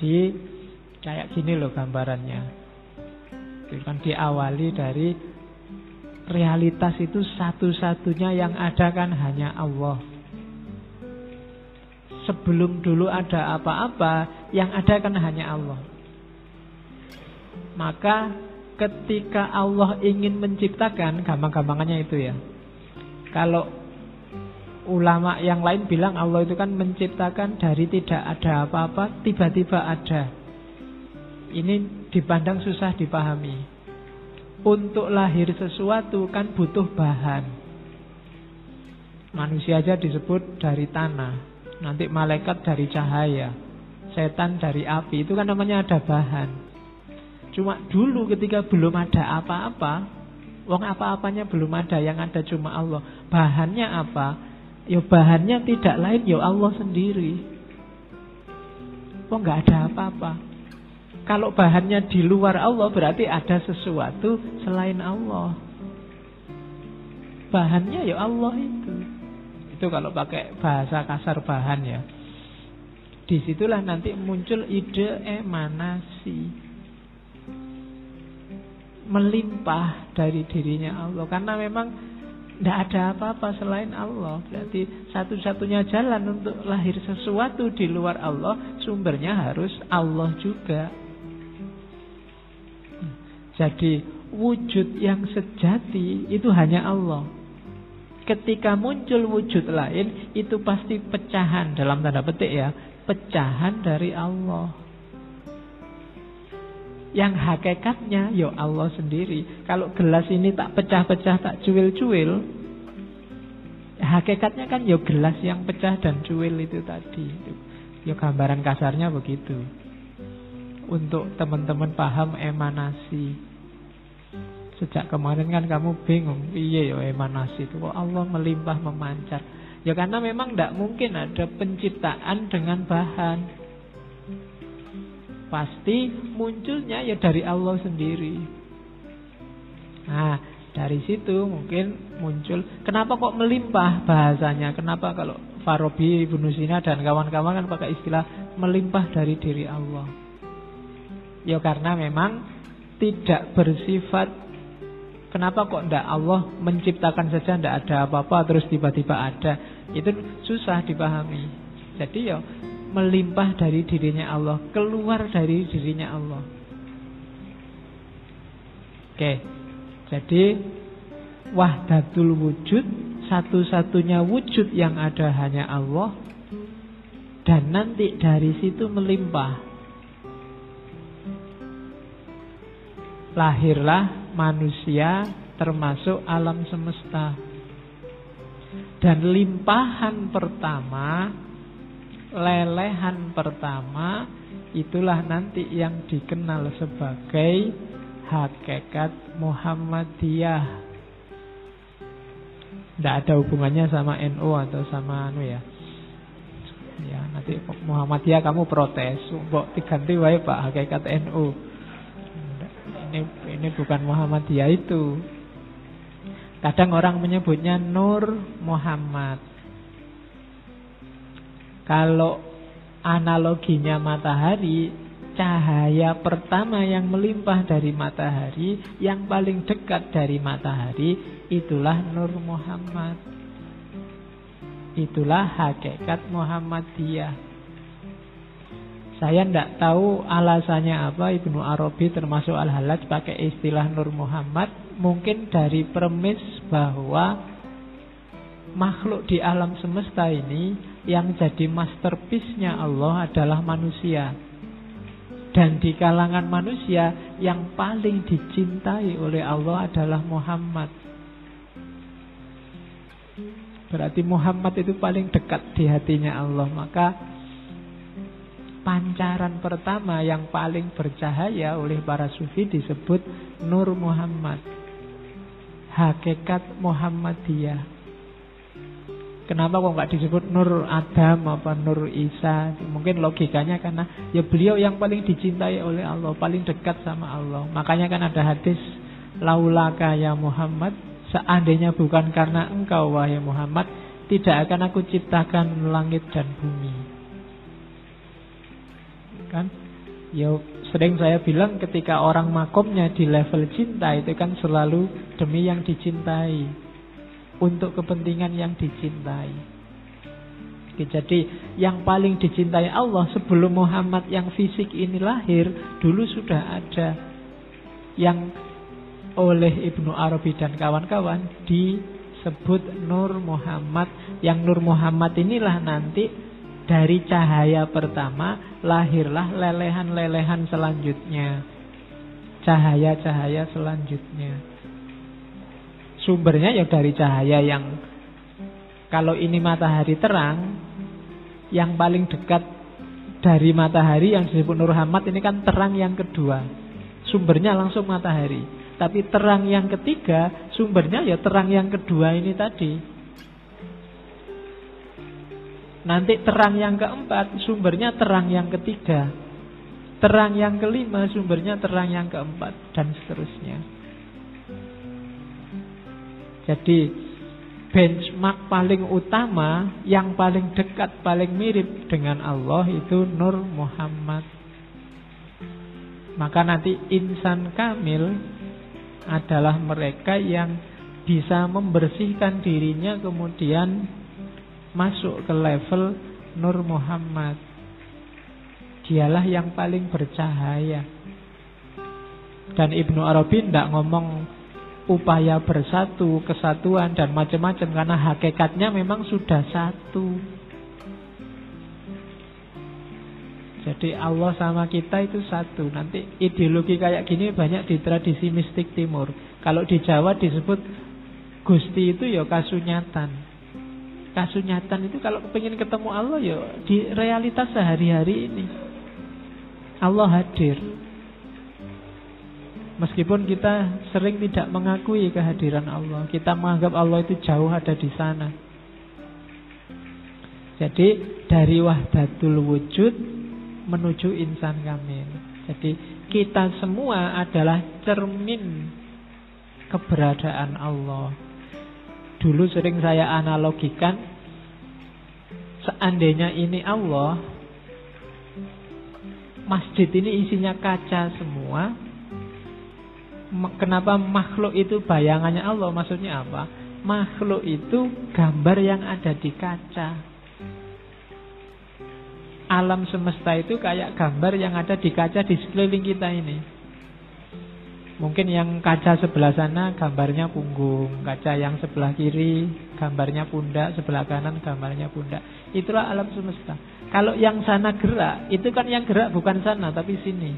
Jadi kayak gini loh gambarannya. Itu kan diawali dari realitas itu satu-satunya yang ada kan hanya Allah. Sebelum dulu ada apa-apa, yang ada kan hanya Allah. Maka ketika Allah ingin menciptakan, gampang-gampangannya itu ya. Kalau ulama yang lain bilang Allah itu kan menciptakan dari tidak ada apa-apa, tiba-tiba ada. Ini dipandang susah dipahami. Untuk lahir sesuatu kan butuh bahan. Manusia aja disebut dari tanah. Nanti malaikat dari cahaya, setan dari api. Itu kan namanya ada bahan. Cuma dulu ketika belum ada apa-apa, wong apa-apanya belum ada, yang ada cuma Allah. Bahannya apa? Ya bahannya tidak lain ya Allah sendiri. Wong gak ada apa-apa. Kalau bahannya di luar Allah berarti ada sesuatu selain Allah. Bahannya ya Allah itu. Itu kalau pakai bahasa kasar bahan ya. Disitulah nanti muncul ide emanasi, melimpah dari dirinya Allah. Karena memang tidak ada apa-apa selain Allah. Berarti satu-satunya jalan untuk lahir sesuatu di luar Allah, sumbernya harus Allah juga. Jadi wujud yang sejati itu hanya Allah. Ketika muncul wujud lain, itu pasti pecahan, dalam tanda petik ya, pecahan dari Allah. Yang hakikatnya ya Allah sendiri. Kalau gelas ini tak pecah-pecah, tak cuil-cuil, hakikatnya kan ya gelas yang pecah dan cuil itu tadi. Ya gambaran kasarnya begitu. Untuk teman-teman paham emanasi. Sejak kemarin kan kamu bingung, iya ya emanasi itu kok Allah melimpah memancar. Ya karena memang tidak mungkin ada penciptaan dengan bahan. Pasti munculnya ya dari Allah sendiri. Nah, dari situ mungkin muncul, kenapa kok melimpah bahasanya? Kenapa kalau Farabi, Ibnu Sina dan kawan-kawan kan pakai istilah melimpah dari diri Allah? Ya karena memang tidak bersifat. Kenapa kok tidak Allah menciptakan saja, tidak ada apa-apa terus tiba-tiba ada? Itu susah dipahami. Jadi ya melimpah dari dirinya Allah, keluar dari dirinya Allah. Oke. Jadi wahdatul wujud, satu-satunya wujud yang ada hanya Allah. Dan nanti dari situ melimpah. Lahirlah manusia termasuk alam semesta. Dan limpahan pertama, lelehan pertama, itulah nanti yang dikenal sebagai hakikat Muhammadiyah. Tidak ada hubungannya sama NU atau sama ya. Ya, nanti Muhammadiyah kamu protes, mbok diganti wae Pak hakikat NU. Ini bukan Muhammadiyah itu. Kadang orang menyebutnya Nur Muhammad. Kalau analoginya matahari, cahaya pertama yang melimpah dari matahari, yang paling dekat dari matahari, itulah Nur Muhammad. Itulah hakikat Muhammadiyah. Saya tidak tahu alasannya apa Ibnu Arabi termasuk Al-Hallaj pakai istilah Nur Muhammad. Mungkin dari premis bahwa makhluk di alam semesta ini yang jadi masterpiece-nya Allah adalah manusia. Dan di kalangan manusia yang paling dicintai oleh Allah adalah Muhammad. Berarti Muhammad itu paling dekat di hatinya Allah. Maka pancaran pertama yang paling bercahaya oleh para sufi disebut Nur Muhammad, hakikat Muhammadiyah. Kenapa kok nggak disebut Nur Adam apa Nur Isa? Mungkin logikanya karena ya beliau yang paling dicintai oleh Allah, paling dekat sama Allah. Makanya kan ada hadis laulaka ya Muhammad, seandainya bukan karena engkau wahai Muhammad, tidak akan aku ciptakan langit dan bumi. Kan? Ya sering saya bilang ketika orang makomnya di level cinta itu kan selalu demi yang dicintai, untuk kepentingan yang dicintai. Jadi yang paling dicintai Allah sebelum Muhammad yang fisik ini lahir, dulu sudah ada yang oleh Ibnu Arabi dan kawan-kawan disebut Nur Muhammad. Yang Nur Muhammad inilah nanti dari cahaya pertama lahirlah lelehan-lelehan selanjutnya, cahaya-cahaya selanjutnya. Sumbernya ya dari cahaya yang, kalau ini matahari terang, yang paling dekat dari matahari yang disebut Nur Muhammad ini kan terang yang kedua. Sumbernya langsung matahari. Tapi terang yang ketiga, sumbernya ya terang yang kedua ini tadi. Nanti terang yang keempat, sumbernya terang yang ketiga. Terang yang kelima, sumbernya terang yang keempat. Dan seterusnya. Jadi benchmark paling utama, yang paling dekat, paling mirip dengan Allah itu Nur Muhammad. Maka nanti insan kamil adalah mereka yang bisa membersihkan dirinya kemudian masuk ke level Nur Muhammad. Dialah yang paling bercahaya. Dan Ibnu Arabi tidak ngomong upaya bersatu, kesatuan dan macam-macam, karena hakikatnya memang sudah satu. Jadi Allah sama kita itu satu. Nanti ideologi kayak gini banyak di tradisi mistik timur. Kalau di Jawa disebut Gusti itu ya kasunyatan. Kasunyatan itu kalau pengen ketemu Allah ya di realitas sehari-hari ini. Allah hadir. Meskipun kita sering tidak mengakui kehadiran Allah, kita menganggap Allah itu jauh ada di sana. Jadi dari wahdatul wujud menuju insan kamil. Jadi kita semua adalah cermin keberadaan Allah. Dulu sering saya analogikan, seandainya ini Allah, masjid ini isinya kaca semua. Kenapa makhluk itu bayangannya Allah? Maksudnya apa? Makhluk itu gambar yang ada di kaca. Alam semesta itu kayak gambar yang ada di kaca di sekeliling kita ini. Mungkin yang kaca sebelah sana gambarnya punggung, kaca yang sebelah kiri gambarnya pundak, sebelah kanan gambarnya pundak. Itulah alam semesta. Kalau yang sana gerak, itu kan yang gerak bukan sana tapi sini.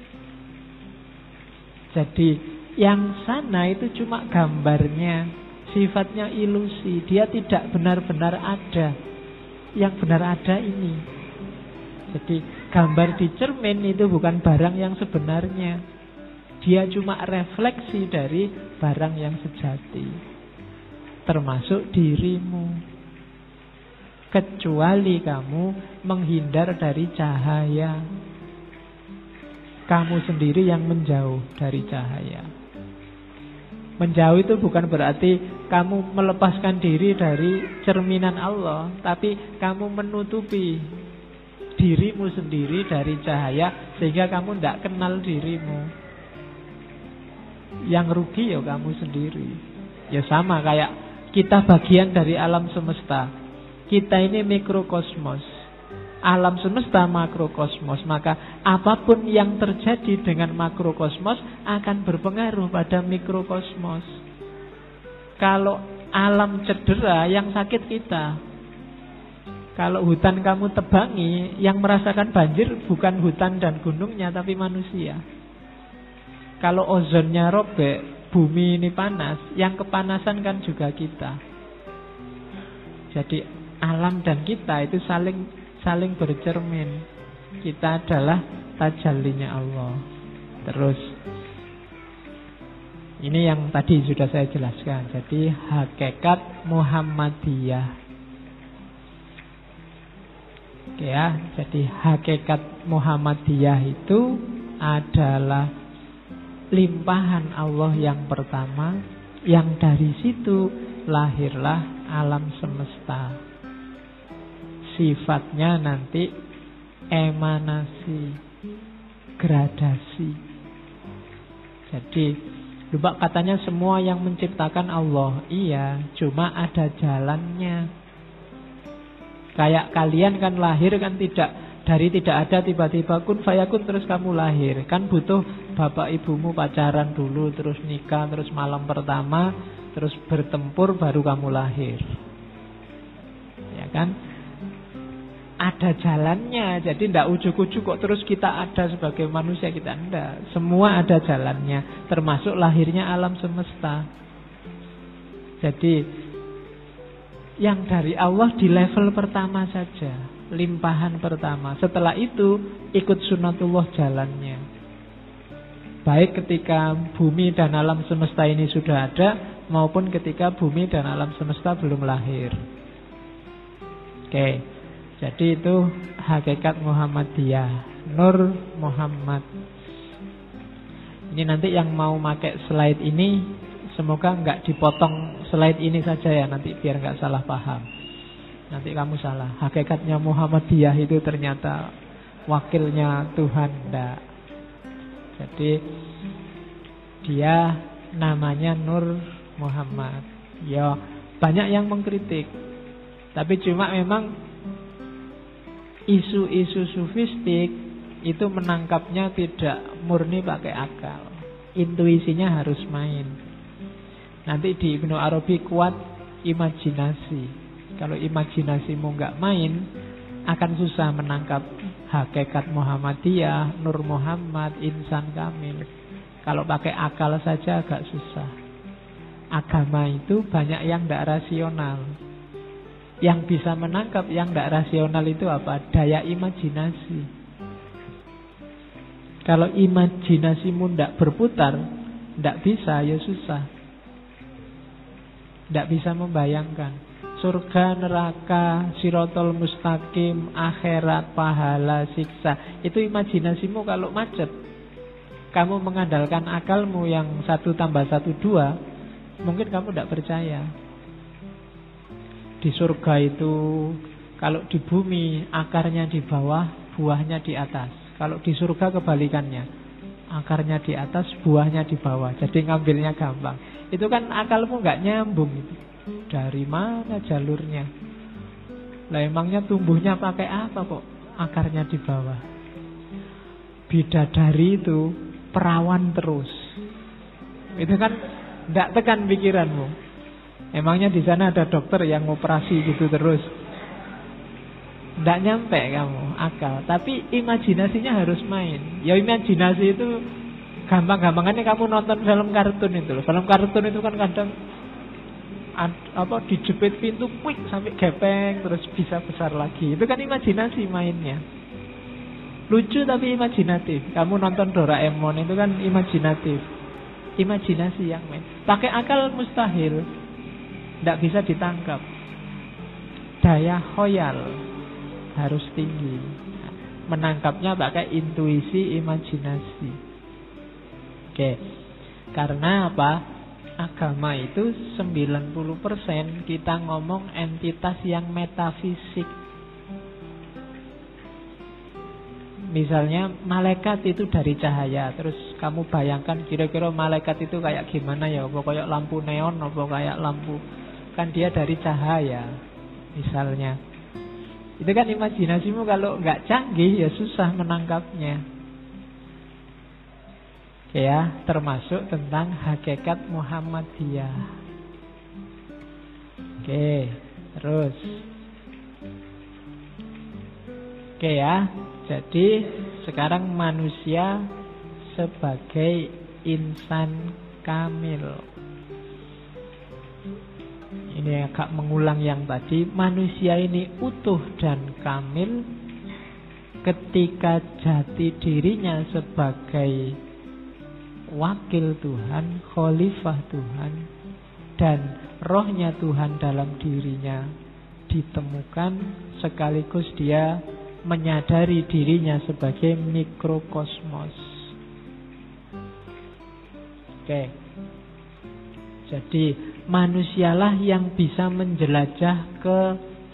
Jadi yang sana itu cuma gambarnya, sifatnya ilusi. Dia tidak benar-benar ada. Yang benar ada ini. Jadi gambar di cermin itu bukan barang yang sebenarnya. Dia cuma refleksi dari barang yang sejati, termasuk dirimu. Kecuali kamu menghindar dari cahaya, kamu sendiri yang menjauh dari cahaya. Menjauh itu bukan berarti kamu melepaskan diri dari cerminan Allah, tapi kamu menutupi dirimu sendiri dari cahaya, sehingga kamu tidak kenal dirimu. Yang rugi ya kamu sendiri. Ya sama kayak kita bagian dari alam semesta. Kita ini mikrokosmos, alam semesta makrokosmos. Maka apapun yang terjadi dengan makrokosmos akan berpengaruh pada mikrokosmos. Kalau alam cedera, yang sakit kita. Kalau hutan kamu tebangi, yang merasakan banjir bukan hutan dan gunungnya, tapi manusia. Kalau ozonnya robek, bumi ini panas, yang kepanasan kan juga kita. Jadi alam dan kita itu saling bercermin. Kita adalah tajallinya Allah. Terus ini yang tadi sudah saya jelaskan. Jadi hakikat Muhammadiyah. Oke ya, jadi hakikat Muhammadiyah itu adalah limpahan Allah yang pertama, yang dari situ lahirlah alam semesta. Sifatnya nanti emanasi. gradasi. Jadi lupa katanya semua yang menciptakan Allah. Iya, cuma ada jalannya. Kayak kalian kan lahir kan dari tidak ada tiba-tiba kun fayakun terus kamu lahir. Kan butuh bapak ibumu pacaran dulu, terus nikah, terus malam pertama, terus bertempur baru kamu lahir. Ya kan? Ada jalannya. Jadi tidak ujuk-ujuk kok terus kita ada sebagai manusia, kita enggak. Semua ada jalannya, termasuk lahirnya alam semesta. Jadi yang dari Allah di level pertama saja, limpahan pertama. Setelah itu ikut sunatullah jalannya. Baik ketika bumi dan alam semesta ini sudah ada, maupun ketika bumi dan alam semesta belum lahir. Oke, jadi itu hakikat Muhammadiyah, Nur Muhammad. Ini nanti yang mau pakai slide ini, semoga nggak dipotong slide ini saja ya, nanti biar nggak salah paham. Nanti kamu salah. Hakikatnya Muhammadiyah itu ternyata wakilnya Tuhan. Enggak. Jadi dia namanya Nur Muhammad. Ya, banyak yang mengkritik. Tapi cuma memang isu-isu sufistik itu menangkapnya tidak murni pakai akal. Intuisinya harus main. Nanti di Ibnu Arabi kuat imajinasi. Kalau imajinasimu nggak main, akan susah menangkap hakikat Muhammadiyah, Nur Muhammad, insan kamil. Kalau pakai akal saja agak susah. Agama itu banyak yang tidak rasional. Yang bisa menangkap yang tidak rasional itu apa? Daya imajinasi. Kalau imajinasimu tidak berputar, tidak bisa, ya susah. Tidak bisa membayangkan surga, neraka, sirotol mustaqim, akhirat, pahala, siksa. Itu imajinasimu kalau macet. Kamu mengandalkan akalmu yang 1 tambah 1 2, mungkin kamu tidak percaya. Di surga itu, kalau di bumi akarnya di bawah, buahnya di atas. Kalau di surga kebalikannya, akarnya di atas, buahnya di bawah. Jadi ngambilnya gampang. Itu kan akalmu nggak nyambung. Dari mana jalurnya? Lah emangnya tumbuhnya pakai apa kok akarnya di bawah? Bidadari itu perawan terus. Itu kan nggak tekan pikiranmu. Emangnya di sana ada dokter yang operasi gitu terus? Nggak nyampe kamu akal. Tapi imajinasinya harus main. Ya imajinasi itu gampang-gampangannya kamu nonton film kartun itu loh. Film kartun itu kan kadang dijepit pintu quick sampai gepeng terus bisa besar lagi. Itu kan imajinasi mainnya. Lucu tapi imajinatif. Kamu nonton Doraemon itu kan imajinatif. Imajinasi yang main. Pakai akal mustahil. Tidak bisa ditangkap. Daya khoyal harus tinggi. Menangkapnya pakai intuisi, imajinasi. Oke. Karena apa? Agama itu 90% kita ngomong entitas yang metafisik. Misalnya malaikat itu dari cahaya. Terus kamu bayangkan kira-kira malaikat itu kayak gimana ya? Apa kayak lampu neon, apa kayak lampu. Kan dia dari cahaya. Misalnya. Itu kan imajinasimu kalau nggak canggih ya susah menangkapnya. Ya, termasuk tentang hakikat Muhammadiyah. Oke, terus. Oke ya. Jadi sekarang manusia sebagai insan kamil. Ini agak mengulang yang tadi. Manusia ini utuh dan kamil ketika jati dirinya sebagai wakil Tuhan, khalifah Tuhan, dan rohnya Tuhan dalam dirinya ditemukan, sekaligus dia menyadari dirinya sebagai mikrokosmos. Oke. Jadi manusialah yang bisa menjelajah ke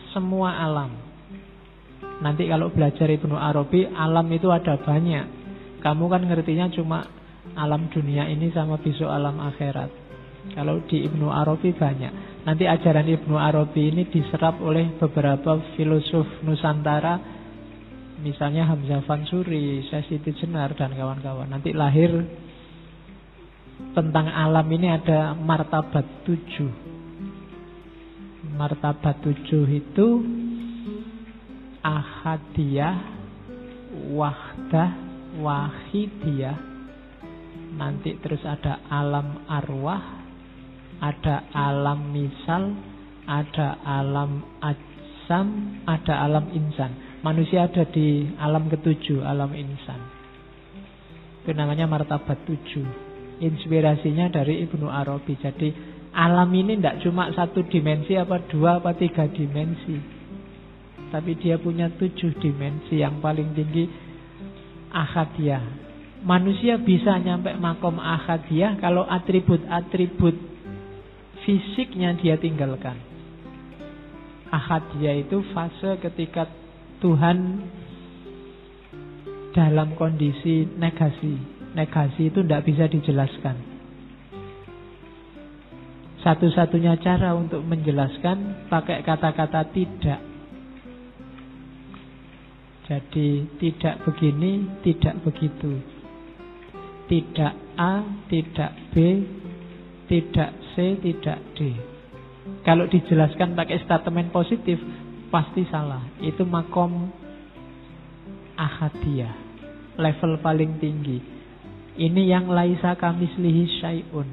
semua alam. Nanti kalau belajar Ibnu Arabi, alam itu ada banyak. Kamu kan ngertinya cuma alam dunia ini sama besok alam akhirat. Kalau di Ibnu Arabi banyak. Nanti ajaran Ibnu Arabi ini diserap oleh beberapa filosof Nusantara, misalnya Hamzah Fansuri, Syekh Siti Jenar dan kawan-kawan. Nanti lahir tentang alam ini ada martabat 7. Martabat 7 itu ahadiyah, wahdah, wahidiyah. Nanti terus ada alam arwah, ada alam misal, ada alam ajsam, ada alam insan. Manusia ada di alam ke-7, alam insan. Itu namanya martabat 7. Inspirasinya dari Ibnu Arabi. Jadi alam ini tidak cuma 1 dimensi, apa 2, apa 3 dimensi, tapi dia punya 7 dimensi. Yang paling tinggi ahadiyah. Manusia bisa nyampe makom ahadiyah kalau atribut-atribut fisiknya dia tinggalkan. Ahadiyah itu fase ketika Tuhan dalam kondisi negasi. Negasi itu tidak bisa dijelaskan. Satu-satunya cara untuk menjelaskan pakai kata-kata tidak. Jadi tidak begini, tidak begitu. Tidak A, tidak B, tidak C, tidak D. Kalau dijelaskan pakai statement positif, pasti salah. Itu makom ahadiyah, level paling tinggi. Ini yang laisa kamislihi syai'un,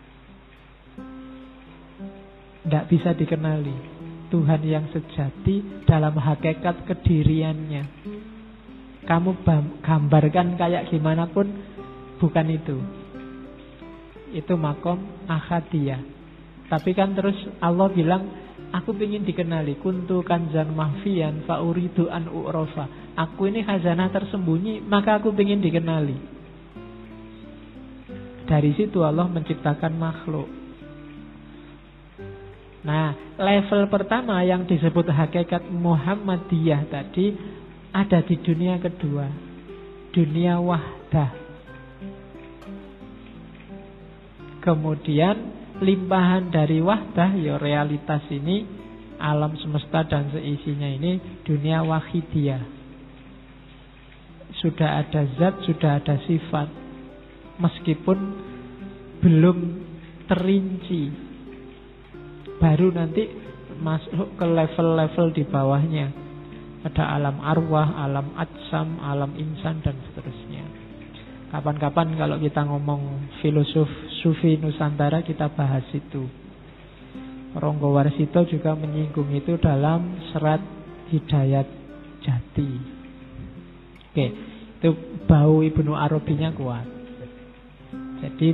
tidak bisa dikenali. Tuhan yang sejati dalam hakikat kediriannya. Kamu gambarkan kayak gimana pun bukan itu. Itu makom ahadiyah. Tapi kan terus Allah bilang, aku ingin dikenali. Kuntu kanzan mahfiyan fa'uridu an u'rofa. Aku ini khazanah tersembunyi, maka aku ingin dikenali. Dari situ Allah menciptakan makhluk. Nah, level pertama yang disebut hakikat Muhammadiyah tadi ada di dunia kedua, dunia wahdah. Kemudian limpahan dari wahdah, ya realitas ini, alam semesta dan seisinya ini, dunia wahidiyah. Sudah ada zat, sudah ada sifat, meskipun belum terinci. Baru nanti masuk ke level-level di bawahnya. Ada alam arwah, alam ajsam, alam insan dan seterusnya. Kapan-kapan kalau kita ngomong filosof sufi Nusantara, kita bahas itu. Ronggo Warsito juga menyinggung itu dalam serat Hidayat Jati. Oke, itu bau Ibnu Arabinya kuat. Jadi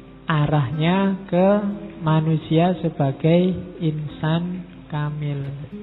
arahnya ke manusia sebagai insan kamil.